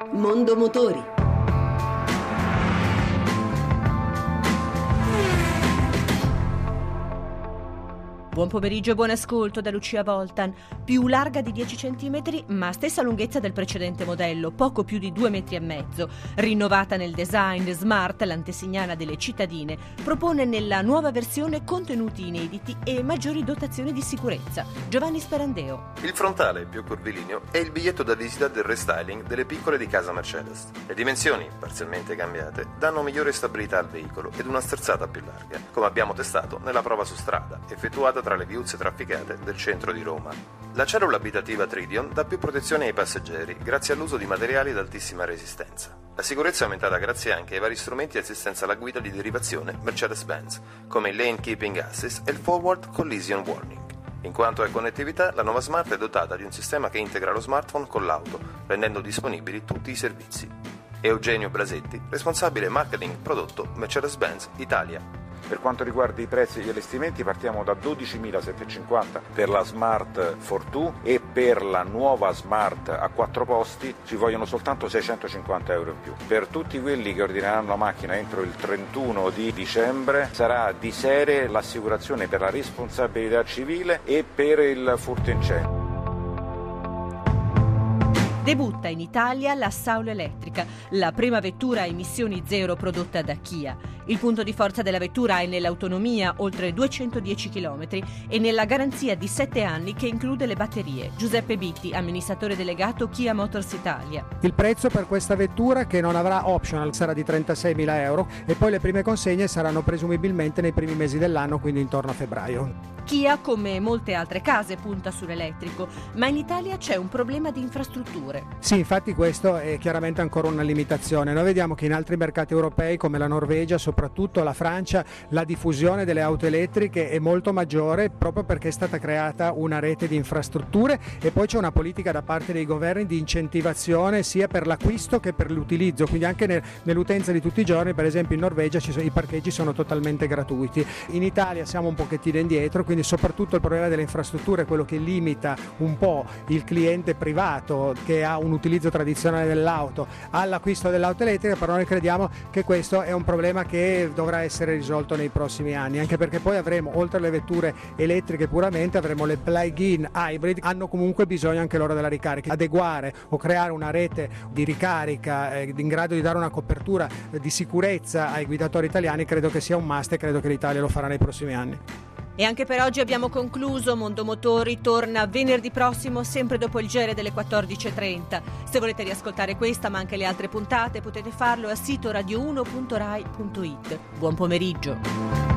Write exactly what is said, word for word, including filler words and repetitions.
Mondo Motori. Buon pomeriggio e buon ascolto da Lucia Voltan. Più larga di dieci centimetri, ma stessa lunghezza del precedente modello, poco più di due metri e mezzo. Rinnovata nel design, Smart, l'antesignana delle cittadine, propone nella nuova versione contenuti inediti e maggiori dotazioni di sicurezza. Giovanni Sperandeo. Il frontale, più curvilineo, è il biglietto da visita del restyling delle piccole di casa Mercedes. Le dimensioni, parzialmente cambiate, danno migliore stabilità al veicolo ed una sterzata più larga, come abbiamo testato nella prova su strada, effettuata tra le viuzze trafficate del centro di Roma. La cellula abitativa Tridion dà più protezione ai passeggeri grazie all'uso di materiali ad altissima resistenza. La sicurezza è aumentata grazie anche ai vari strumenti di assistenza alla guida di derivazione Mercedes-Benz, come il Lane Keeping Assist e il Forward Collision Warning. In quanto a connettività, la nuova Smart è dotata di un sistema che integra lo smartphone con l'auto, rendendo disponibili tutti i servizi. Eugenio Brasetti, responsabile marketing prodotto Mercedes-Benz Italia. Per quanto riguarda i prezzi degli allestimenti, partiamo da dodicimilasettecentocinquanta per la Smart Fortwo e per la nuova Smart a quattro posti ci vogliono soltanto seicentocinquanta euro in più. Per tutti quelli che ordineranno la macchina entro il trentuno di dicembre sarà di serie l'assicurazione per la responsabilità civile e per il furto incendio. Debutta in Italia la Saulo elettrica, la prima vettura a emissioni zero prodotta da Kia. Il punto di forza della vettura è nell'autonomia, oltre duecentodieci chilometri, e nella garanzia di sette anni che include le batterie. Giuseppe Bitti, amministratore delegato Kia Motors Italia. Il prezzo per questa vettura, che non avrà optional, sarà di trentaseimila euro e poi le prime consegne saranno presumibilmente nei primi mesi dell'anno, quindi intorno a febbraio. Kia, come molte altre case, punta sull'elettrico, ma in Italia c'è un problema di infrastrutture. Sì, infatti questo è chiaramente ancora una limitazione. Noi vediamo che in altri mercati europei come la Norvegia, soprattutto la Francia, la diffusione delle auto elettriche è molto maggiore proprio perché è stata creata una rete di infrastrutture e poi c'è una politica da parte dei governi di incentivazione sia per l'acquisto che per l'utilizzo, quindi anche nel, nell'utenza di tutti i giorni. Per esempio in Norvegia ci sono, i parcheggi sono totalmente gratuiti. In Italia siamo un pochettino indietro, quindi soprattutto il problema delle infrastrutture è quello che limita un po' il cliente privato che ha un utilizzo tradizionale dell'auto all'acquisto dell'auto elettrica, però noi crediamo che questo è un problema che dovrà essere risolto nei prossimi anni, anche perché poi avremo, oltre alle vetture elettriche puramente, avremo le plug-in hybrid, hanno comunque bisogno anche loro della ricarica. Adeguare o creare una rete di ricarica eh, in grado di dare una copertura eh, di sicurezza ai guidatori italiani credo che sia un must e credo che l'Italia lo farà nei prossimi anni. E anche per oggi abbiamo concluso. Mondo Motori torna venerdì prossimo, sempre dopo il genere delle quattordici e trenta. Se volete riascoltare questa ma anche le altre puntate potete farlo al sito radio uno punto rai punto it. Buon pomeriggio.